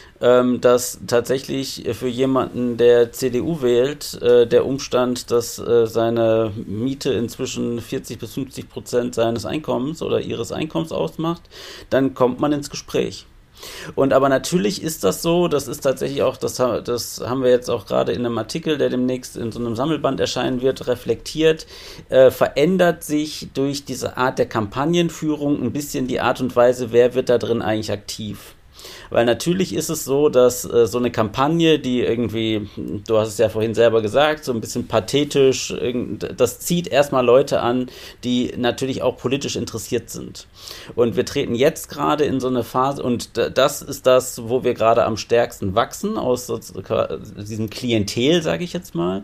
Dass tatsächlich für jemanden, der CDU wählt, der Umstand, dass seine Miete inzwischen 40 bis 50% seines Einkommens oder ihres Einkommens ausmacht, dann kommt man ins Gespräch. Und aber natürlich ist das so, das ist tatsächlich auch, das haben wir jetzt auch gerade in einem Artikel, der demnächst in so einem Sammelband erscheinen wird, reflektiert, verändert sich durch diese Art der Kampagnenführung ein bisschen die Art und Weise, wer wird da drin eigentlich aktiv. Weil natürlich ist es so, dass so eine Kampagne, die irgendwie, du hast es ja vorhin selber gesagt, so ein bisschen pathetisch, das zieht erstmal Leute an, die natürlich auch politisch interessiert sind. Und wir treten jetzt gerade in so eine Phase, und das ist das, wo wir gerade am stärksten wachsen, aus diesem Klientel, sage ich jetzt mal.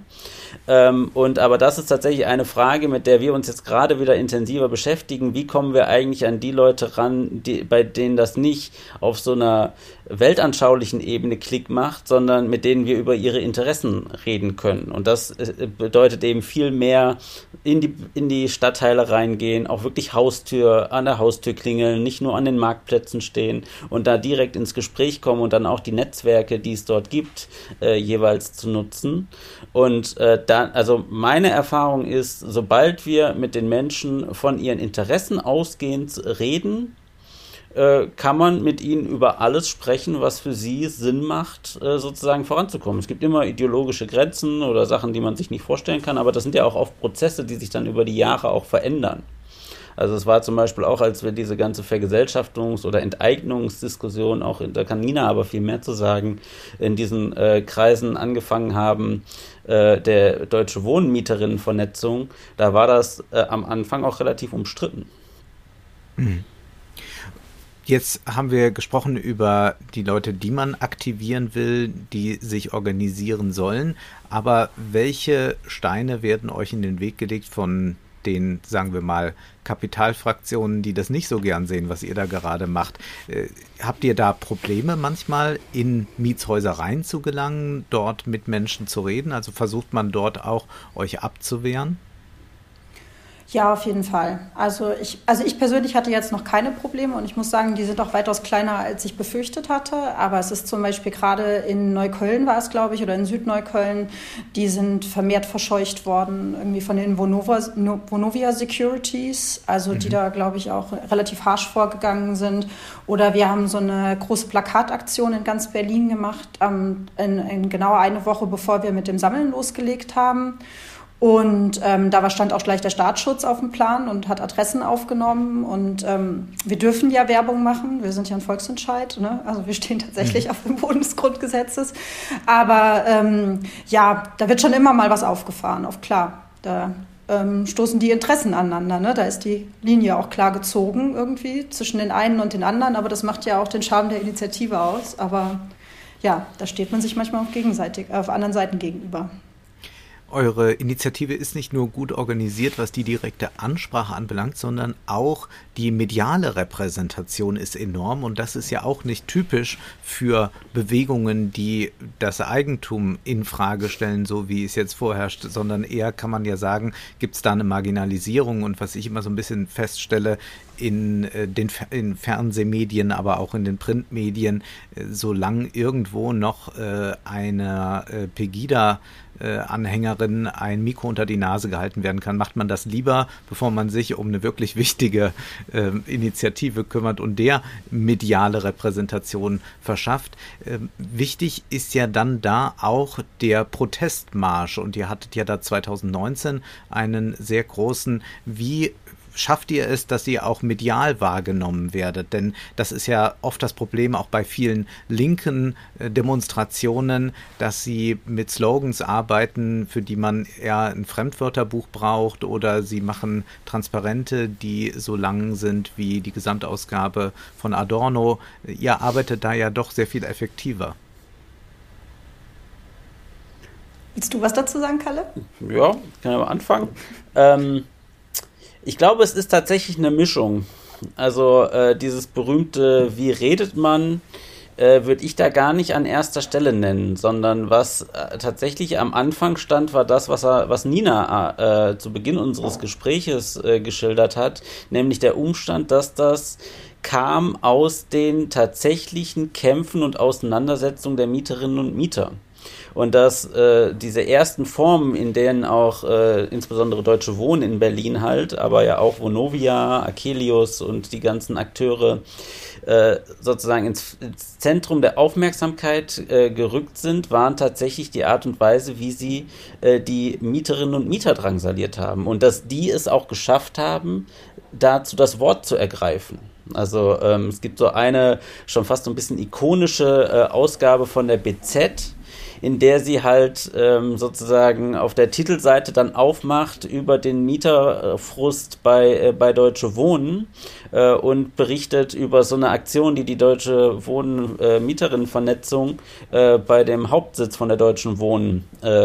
Aber das ist tatsächlich eine Frage, mit der wir uns jetzt gerade wieder intensiver beschäftigen. Wie kommen wir eigentlich an die Leute ran, bei denen das nicht auf so einer weltanschaulichen Ebene Klick macht, sondern mit denen wir über ihre Interessen reden können. Und das bedeutet eben viel mehr in die Stadtteile reingehen, auch wirklich an der Haustür klingeln, nicht nur an den Marktplätzen stehen und da direkt ins Gespräch kommen und dann auch die Netzwerke, die es dort gibt, jeweils zu nutzen. Und also meine Erfahrung ist, sobald wir mit den Menschen von ihren Interessen ausgehend reden, kann man mit ihnen über alles sprechen, was für sie Sinn macht, sozusagen voranzukommen. Es gibt immer ideologische Grenzen oder Sachen, die man sich nicht vorstellen kann, aber das sind ja auch oft Prozesse, die sich dann über die Jahre auch verändern. Also es war zum Beispiel auch, als wir diese ganze Vergesellschaftungs- oder Enteignungsdiskussion, auch da kann Nina aber viel mehr zu sagen, in diesen Kreisen angefangen haben, der Deutsche Wohnmieterinnenvernetzung, da war das am Anfang auch relativ umstritten. Mhm. Jetzt haben wir gesprochen über die Leute, die man aktivieren will, die sich organisieren sollen. Aber welche Steine werden euch in den Weg gelegt von den, sagen wir mal, Kapitalfraktionen, die das nicht so gern sehen, was ihr da gerade macht. Habt ihr da Probleme manchmal, in Mietshäuser reinzugelangen, dort mit Menschen zu reden? Also versucht man dort auch, euch abzuwehren? Ja, auf jeden Fall. Also ich persönlich hatte jetzt noch keine Probleme und ich muss sagen, die sind auch weitaus kleiner, als ich befürchtet hatte. Aber es ist zum Beispiel gerade in Neukölln war es, glaube ich, oder in Südneukölln, die sind vermehrt verscheucht worden, irgendwie von den Vonovia Securities, also die da, glaube ich, auch relativ harsch vorgegangen sind. Oder wir haben so eine große Plakataktion in ganz Berlin gemacht, in genau eine Woche, bevor wir mit dem Sammeln losgelegt haben. Und da stand auch gleich der Staatsschutz auf dem Plan und hat Adressen aufgenommen. Und wir dürfen ja Werbung machen. Wir sind ja ein Volksentscheid, ne? Also wir stehen tatsächlich auf dem Boden des Grundgesetzes. Aber da wird schon immer mal was aufgefahren, auf klar. Da stoßen die Interessen aneinander. Ne? Da ist die Linie auch klar gezogen irgendwie zwischen den einen und den anderen. Aber das macht ja auch den Charme der Initiative aus. Aber ja, da steht man sich manchmal auch gegenseitig auf anderen Seiten gegenüber. Eure Initiative ist nicht nur gut organisiert, was die direkte Ansprache anbelangt, sondern auch die mediale Repräsentation ist enorm und das ist ja auch nicht typisch für Bewegungen, die das Eigentum in Frage stellen, so wie es jetzt vorherrscht, sondern eher kann man ja sagen, gibt es da eine Marginalisierung und was ich immer so ein bisschen feststelle, in Fernsehmedien, aber auch in den Printmedien, solange irgendwo noch eine Pegida-Anhängerin ein Mikro unter die Nase gehalten werden kann, macht man das lieber, bevor man sich um eine wirklich wichtige Initiative kümmert und der mediale Repräsentation verschafft. Wichtig ist ja dann da auch der Protestmarsch und ihr hattet ja da 2019 einen sehr großen. Wie schafft ihr es, dass ihr auch medial wahrgenommen werdet? Denn das ist ja oft das Problem auch bei vielen linken Demonstrationen, dass sie mit Slogans arbeiten, für die man eher ein Fremdwörterbuch braucht oder sie machen Transparente, die so lang sind wie die Gesamtausgabe von Adorno. Ihr arbeitet da ja doch sehr viel effektiver. Willst du was dazu sagen, Kalle? Ja, kann ich mal anfangen. Ich glaube, es ist tatsächlich eine Mischung. Also dieses berühmte „Wie redet man?" würde ich da gar nicht an erster Stelle nennen, sondern was tatsächlich am Anfang stand, war das, was Nina zu Beginn unseres Gespräches geschildert hat, nämlich der Umstand, dass das kam aus den tatsächlichen Kämpfen und Auseinandersetzungen der Mieterinnen und Mieter. Und dass diese ersten Formen, in denen auch insbesondere Deutsche Wohnen in Berlin halt, aber ja auch Vonovia, Akelius und die ganzen Akteure sozusagen ins Zentrum der Aufmerksamkeit gerückt sind, waren tatsächlich die Art und Weise, wie sie die Mieterinnen und Mieter drangsaliert haben. Und dass die es auch geschafft haben, dazu das Wort zu ergreifen. Also es gibt so eine schon fast so ein bisschen ikonische Ausgabe von der BZ, in der sie halt sozusagen auf der Titelseite dann aufmacht über den Mieterfrust bei Deutsche Wohnen und berichtet über so eine Aktion, die Deutsche Wohnen Mieterinnenvernetzung bei dem Hauptsitz von der Deutschen Wohnen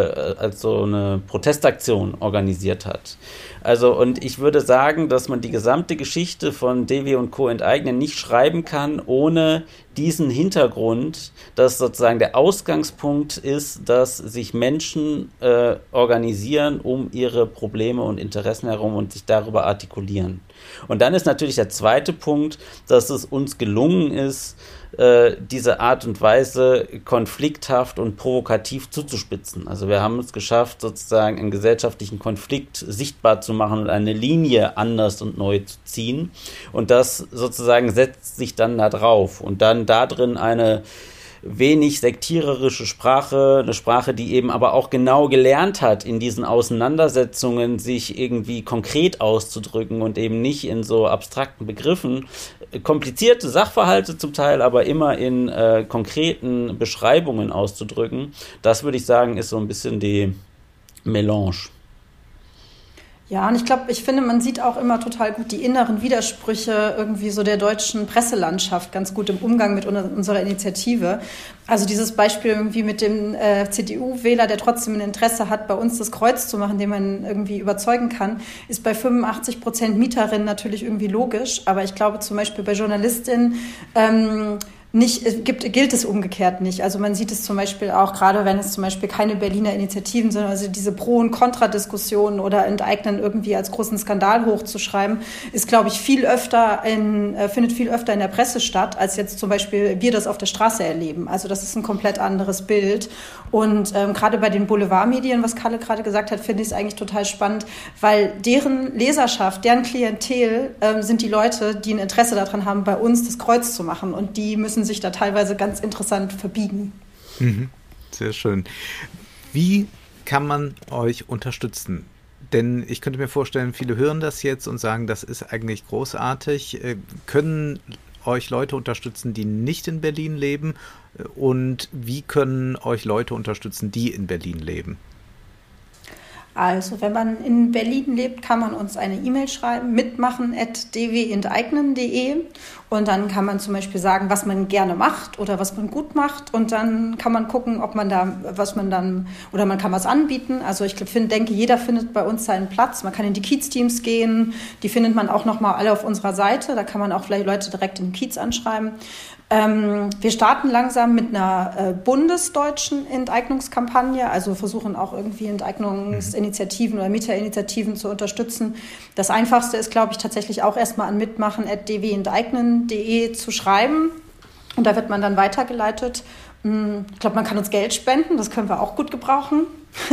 als so eine Protestaktion organisiert hat. Also, und ich würde sagen, dass man die gesamte Geschichte von DW und Co. enteignen nicht schreiben kann, ohne diesen Hintergrund, dass sozusagen der Ausgangspunkt ist, dass sich Menschen organisieren um ihre Probleme und Interessen herum und sich darüber artikulieren. Und dann ist natürlich der zweite Punkt, dass es uns gelungen ist, diese Art und Weise konflikthaft und provokativ zuzuspitzen. Also wir haben es geschafft, sozusagen einen gesellschaftlichen Konflikt sichtbar zu machen und eine Linie anders und neu zu ziehen. Und das sozusagen setzt sich dann da drauf. Und dann da drin eine wenig sektiererische Sprache, eine Sprache, die eben aber auch genau gelernt hat, in diesen Auseinandersetzungen sich irgendwie konkret auszudrücken und eben nicht in so abstrakten Begriffen. Komplizierte Sachverhalte zum Teil, aber immer in konkreten Beschreibungen auszudrücken. Das würde ich sagen, ist so ein bisschen die Melange. Ja, und ich finde, man sieht auch immer total gut die inneren Widersprüche irgendwie so der deutschen Presselandschaft ganz gut im Umgang mit unserer Initiative. Also dieses Beispiel irgendwie mit dem CDU-Wähler, der trotzdem ein Interesse hat, bei uns das Kreuz zu machen, den man irgendwie überzeugen kann, ist bei 85% Mieterinnen natürlich irgendwie logisch. Aber ich glaube zum Beispiel bei Journalistinnen gilt es umgekehrt nicht. Also man sieht es zum Beispiel auch, gerade wenn es zum Beispiel keine Berliner Initiativen sind, also diese Pro- und Kontradiskussionen oder Enteignen irgendwie als großen Skandal hochzuschreiben, ist, glaube ich, findet viel öfter in der Presse statt, als jetzt zum Beispiel wir das auf der Straße erleben. Also das ist ein komplett anderes Bild. Und gerade bei den Boulevardmedien, was Kalle gerade gesagt hat, finde ich es eigentlich total spannend, weil deren Leserschaft, deren Klientel sind die Leute, die ein Interesse daran haben, bei uns das Kreuz zu machen. Und die müssen sich da teilweise ganz interessant verbiegen. Sehr schön. Wie kann man euch unterstützen? Denn ich könnte mir vorstellen, viele hören das jetzt und sagen, das ist eigentlich großartig. Können euch Leute unterstützen, die nicht in Berlin leben? Und wie können euch Leute unterstützen, die in Berlin leben? Also, wenn man in Berlin lebt, kann man uns eine E-Mail schreiben, mitmachen@dwenteignen.de, und dann kann man zum Beispiel sagen, was man gerne macht oder was man gut macht, und dann kann man gucken, man kann was anbieten. Also ich denke, jeder findet bei uns seinen Platz. Man kann in die Kiez-Teams gehen, die findet man auch nochmal alle auf unserer Seite, da kann man auch vielleicht Leute direkt im Kiez anschreiben. Wir starten langsam mit einer bundesdeutschen Enteignungskampagne, also versuchen auch irgendwie Enteignungsinitiativen oder Mieterinitiativen zu unterstützen. Das Einfachste ist, glaube ich, tatsächlich auch erstmal an mitmachen@dwenteignen.de zu schreiben, und da wird man dann weitergeleitet. Ich glaube, man kann uns Geld spenden, das können wir auch gut gebrauchen.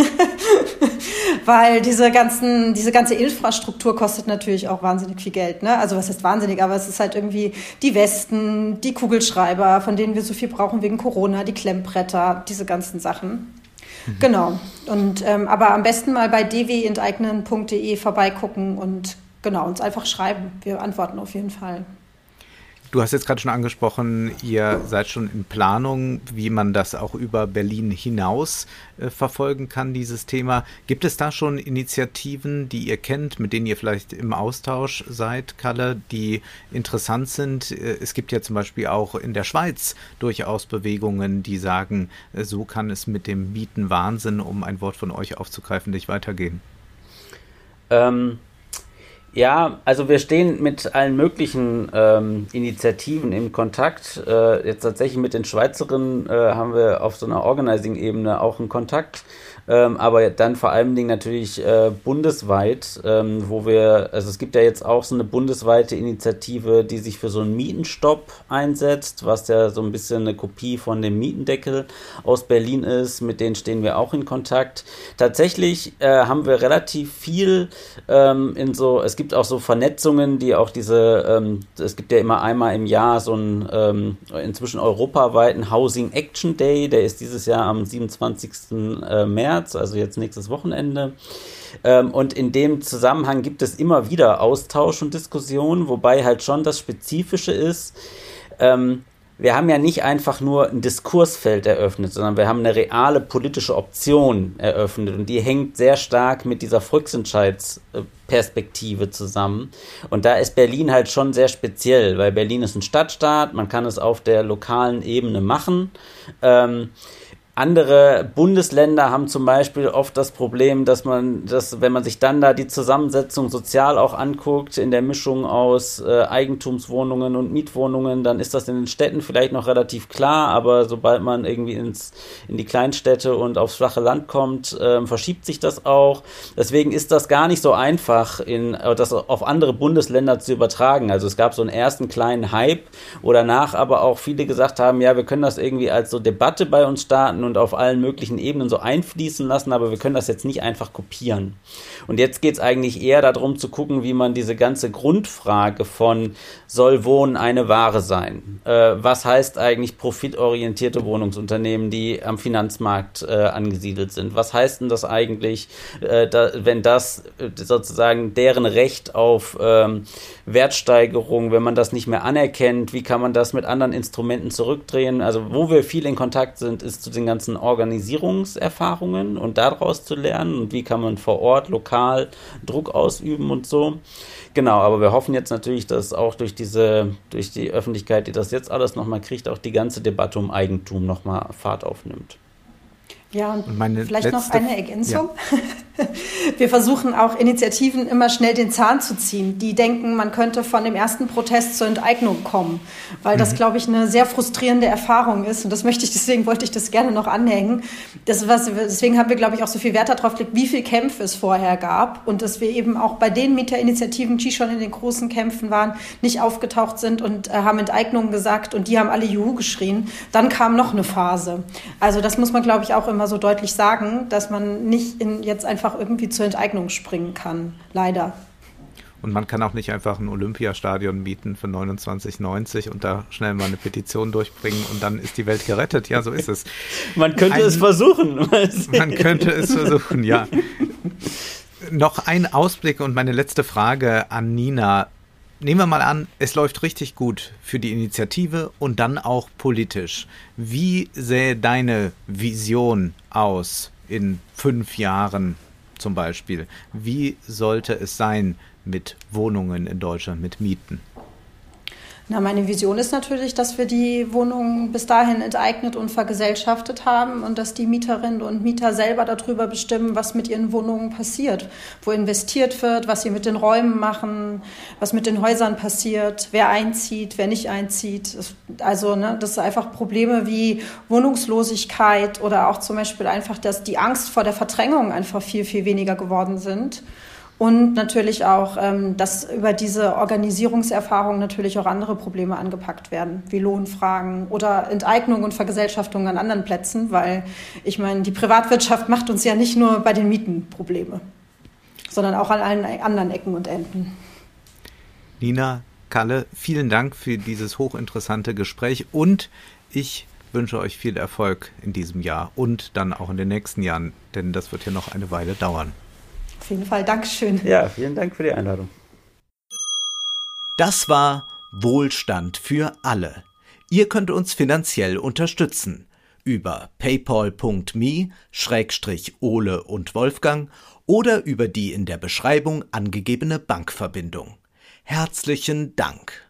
Weil diese ganze Infrastruktur kostet natürlich auch wahnsinnig viel Geld, ne? Also was heißt wahnsinnig, aber es ist halt irgendwie die Westen, die Kugelschreiber, von denen wir so viel brauchen wegen Corona, die Klemmbretter, diese ganzen Sachen. Genau. Und aber am besten mal bei dwenteignen.de vorbeigucken und uns einfach schreiben. Wir antworten auf jeden Fall. Du hast jetzt gerade schon angesprochen, ihr seid schon in Planung, wie man das auch über Berlin hinaus verfolgen kann, dieses Thema. Gibt es da schon Initiativen, die ihr kennt, mit denen ihr vielleicht im Austausch seid, Kalle, die interessant sind? Es gibt ja zum Beispiel auch in der Schweiz durchaus Bewegungen, die sagen, so kann es mit dem Mietenwahnsinn, um ein Wort von euch aufzugreifen, nicht weitergehen. Ja, also wir stehen mit allen möglichen Initiativen im Kontakt. Jetzt tatsächlich mit den Schweizerinnen haben wir auf so einer Organizing-Ebene auch einen Kontakt. Aber dann vor allen Dingen natürlich bundesweit, also es gibt ja jetzt auch so eine bundesweite Initiative, die sich für so einen Mietenstopp einsetzt, was ja so ein bisschen eine Kopie von dem Mietendeckel aus Berlin ist, mit denen stehen wir auch in Kontakt. Tatsächlich haben wir relativ viel es gibt auch so Vernetzungen, die auch es gibt ja immer einmal im Jahr so einen inzwischen europaweiten Housing Action Day, der ist dieses Jahr am 27. März, also jetzt nächstes Wochenende. Und in dem Zusammenhang gibt es immer wieder Austausch und Diskussionen, wobei halt schon das Spezifische ist, wir haben ja nicht einfach nur ein Diskursfeld eröffnet, sondern wir haben eine reale politische Option eröffnet, und die hängt sehr stark mit dieser Volksentscheidsperspektive zusammen. Und da ist Berlin halt schon sehr speziell, weil Berlin ist ein Stadtstaat, man kann es auf der lokalen Ebene machen. Andere Bundesländer haben zum Beispiel oft das Problem, wenn man sich dann da die Zusammensetzung sozial auch anguckt, in der Mischung aus Eigentumswohnungen und Mietwohnungen, dann ist das in den Städten vielleicht noch relativ klar, aber sobald man irgendwie in die Kleinstädte und aufs flache Land kommt, verschiebt sich das auch. Deswegen ist das gar nicht so einfach, das auf andere Bundesländer zu übertragen. Also es gab so einen ersten kleinen Hype, wo danach aber auch viele gesagt haben, ja, wir können das irgendwie als so Debatte bei uns starten und auf allen möglichen Ebenen so einfließen lassen, aber wir können das jetzt nicht einfach kopieren. Und jetzt geht es eigentlich eher darum zu gucken, wie man diese ganze Grundfrage von soll Wohnen eine Ware sein? Was heißt eigentlich profitorientierte Wohnungsunternehmen, die am Finanzmarkt angesiedelt sind? Was heißt denn das eigentlich, wenn das sozusagen deren Recht auf Wertsteigerung, wenn man das nicht mehr anerkennt, wie kann man das mit anderen Instrumenten zurückdrehen? Also wo wir viel in Kontakt sind, ist zu den ganzen ganzen Organisierungserfahrungen und daraus zu lernen und wie kann man vor Ort lokal Druck ausüben und so. Genau, aber wir hoffen jetzt natürlich, dass auch durch die Öffentlichkeit, die das jetzt alles nochmal kriegt, auch die ganze Debatte um Eigentum nochmal Fahrt aufnimmt. Ja, und vielleicht noch eine Ergänzung. Ja. Wir versuchen auch Initiativen immer schnell den Zahn zu ziehen, die denken, man könnte von dem ersten Protest zur Enteignung kommen, weil das, glaube ich, eine sehr frustrierende Erfahrung ist und deswegen wollte ich das gerne noch anhängen. Deswegen haben wir, glaube ich, auch so viel Wert darauf gelegt, wie viele Kämpfe es vorher gab und dass wir eben auch bei den Mieterinitiativen, die schon in den großen Kämpfen waren, nicht aufgetaucht sind und haben Enteignungen gesagt und die haben alle Juhu geschrien. Dann kam noch eine Phase. Also das muss man, glaube ich, auch immer so deutlich sagen, dass man nicht jetzt einfach irgendwie zur Enteignung springen kann, leider. Und man kann auch nicht einfach ein Olympiastadion mieten für 29,90 und da schnell mal eine Petition durchbringen und dann ist die Welt gerettet. Ja, so ist es. Man könnte es versuchen. Man könnte es versuchen, ja. Noch ein Ausblick und meine letzte Frage an Nina. Nehmen wir mal an, es läuft richtig gut für die Initiative und dann auch politisch. Wie sähe deine Vision aus in 5 Jahren zum Beispiel? Wie sollte es sein mit Wohnungen in Deutschland, mit Mieten? Na, meine Vision ist natürlich, dass wir die Wohnungen bis dahin enteignet und vergesellschaftet haben und dass die Mieterinnen und Mieter selber darüber bestimmen, was mit ihren Wohnungen passiert, wo investiert wird, was sie mit den Räumen machen, was mit den Häusern passiert, wer einzieht, wer nicht einzieht. Also, das sind einfach Probleme wie Wohnungslosigkeit oder auch zum Beispiel einfach, dass die Angst vor der Verdrängung einfach viel, viel weniger geworden sind. Und natürlich auch, dass über diese Organisierungserfahrung natürlich auch andere Probleme angepackt werden, wie Lohnfragen oder Enteignung und Vergesellschaftung an anderen Plätzen, weil ich meine, die Privatwirtschaft macht uns ja nicht nur bei den Mieten Probleme, sondern auch an allen anderen Ecken und Enden. Nina, Kalle, vielen Dank für dieses hochinteressante Gespräch und ich wünsche euch viel Erfolg in diesem Jahr und dann auch in den nächsten Jahren, denn das wird ja noch eine Weile dauern. Auf jeden Fall, Dankeschön. Ja, vielen Dank für die Einladung. Das war Wohlstand für alle. Ihr könnt uns finanziell unterstützen über paypal.me/Ole und Wolfgang oder über die in der Beschreibung angegebene Bankverbindung. Herzlichen Dank.